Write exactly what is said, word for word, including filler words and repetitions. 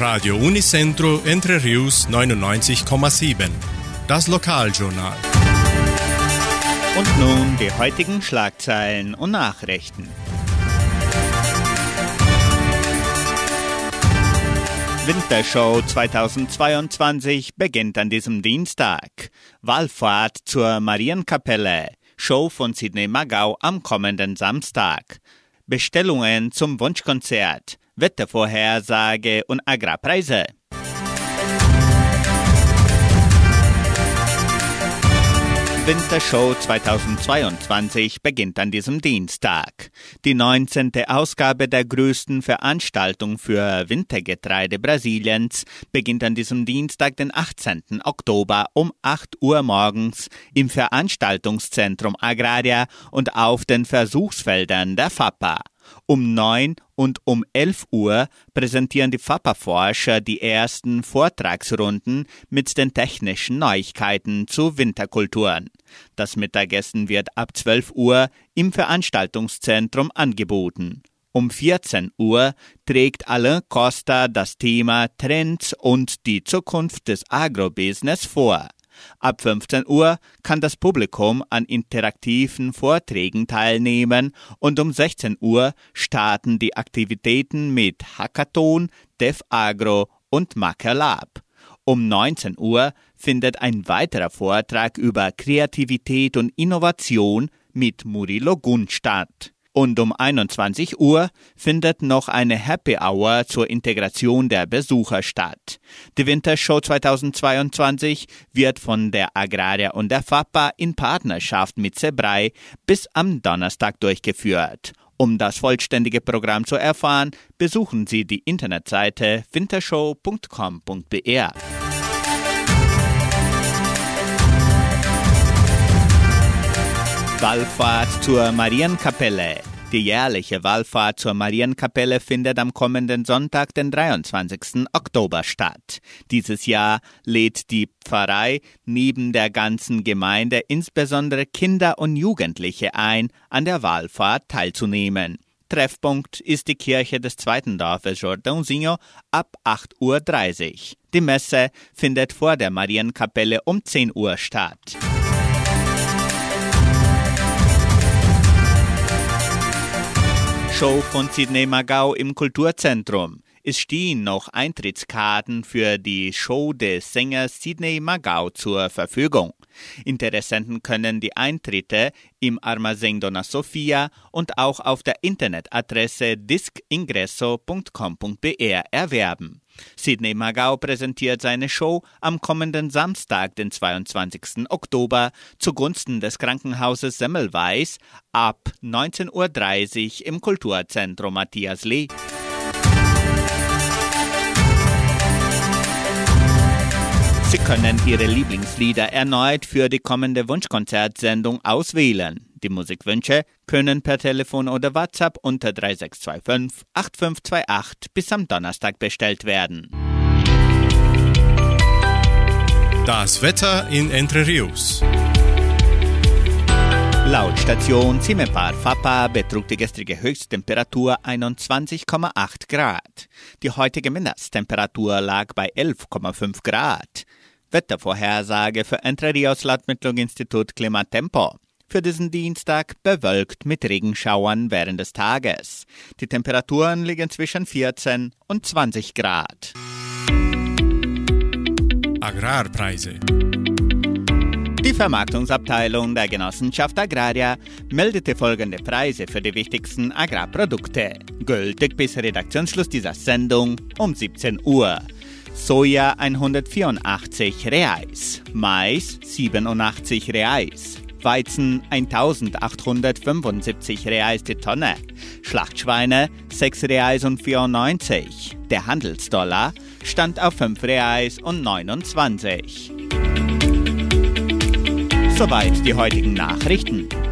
Radio Unicentro Entre Rius neunundneunzig Komma sieben. Das Lokaljournal. Und nun die heutigen Schlagzeilen und Nachrichten. Wintershow zweitausendzweiundzwanzig beginnt an diesem Dienstag. Wallfahrt zur Marienkapelle. Show von Sidney Magau am kommenden Samstag. Bestellungen zum Wunschkonzert. Wettervorhersage und Agrarpreise. Wintershow zweitausendzweiundzwanzig beginnt an diesem Dienstag. Die neunzehnte Ausgabe der größten Veranstaltung für Wintergetreide Brasiliens beginnt an diesem Dienstag, den achtzehnten Oktober um acht Uhr morgens im Veranstaltungszentrum Agraria und auf den Versuchsfeldern der F A P A. Um neun und um elf Uhr präsentieren die F A P A-Forscher die ersten Vortragsrunden mit den technischen Neuigkeiten zu Winterkulturen. Das Mittagessen wird ab zwölf Uhr im Veranstaltungszentrum angeboten. Um vierzehn Uhr trägt Alain Costa das Thema Trends und die Zukunft des Agrobusiness vor. Ab fünfzehn Uhr kann das Publikum an interaktiven Vorträgen teilnehmen und um sechzehn Uhr starten die Aktivitäten mit Hackathon, DevAgro und Makerlab. Um neunzehn Uhr findet ein weiterer Vortrag über Kreativität und Innovation mit Murilo Gun statt. Und um einundzwanzig Uhr findet noch eine Happy Hour zur Integration der Besucher statt. Die Wintershow zweitausendzweiundzwanzig wird von der Agraria und der F A P A in Partnerschaft mit Sebrae bis am Donnerstag durchgeführt. Um das vollständige Programm zu erfahren, besuchen Sie die Internetseite wintershow punkt com punkt b r. Wallfahrt zur Marienkapelle. Die jährliche Wallfahrt zur Marienkapelle findet am kommenden Sonntag, den dreiundzwanzigsten Oktober statt. Dieses Jahr lädt die Pfarrei neben der ganzen Gemeinde insbesondere Kinder und Jugendliche ein, an der Wallfahrt teilzunehmen. Treffpunkt ist die Kirche des zweiten Dorfes Jordãozinho ab acht Uhr dreißig. Die Messe findet vor der Marienkapelle um zehn Uhr statt. Show von Sidney Magau im Kulturzentrum. Es stehen noch Eintrittskarten für die Show des Sängers Sidney Magau zur Verfügung. Interessenten können die Eintritte im Armazém Dona Sofia und auch auf der Internetadresse discingresso punkt com punkt b r erwerben. Sidney Magau präsentiert seine Show am kommenden Samstag, den zweiundzwanzigsten Oktober, zugunsten des Krankenhauses Semmelweis ab neunzehn Uhr dreißig im Kulturzentrum Matthias Lee. Sie können Ihre Lieblingslieder erneut für die kommende Wunschkonzertsendung auswählen. Die Musikwünsche können per Telefon oder WhatsApp unter drei sechs zwei fünf acht fünf zwei acht bis am Donnerstag bestellt werden. Das Wetter in Entre Rius. Laut Station Cimepar F A P A betrug die gestrige Höchsttemperatur einundzwanzig Komma acht Grad. Die heutige Mindesttemperatur lag bei elf Komma fünf Grad. Wettervorhersage für Entre Rios Landmittlungsinstitut Klimatempo. Für diesen Dienstag bewölkt mit Regenschauern während des Tages. Die Temperaturen liegen zwischen vierzehn und zwanzig Grad. Agrarpreise. Die Vermarktungsabteilung der Genossenschaft Agraria meldete folgende Preise für die wichtigsten Agrarprodukte. Gültig bis Redaktionsschluss dieser Sendung um siebzehn Uhr. Soja hundertvierundachtzig Reais, Mais siebenundachtzig Reais, Weizen eintausendachthundertfünfundsiebzig Reais die Tonne, Schlachtschweine sechs Reais und vierundneunzig. Der Handelsdollar stand auf fünf Reais und neunundzwanzig. Soweit die heutigen Nachrichten.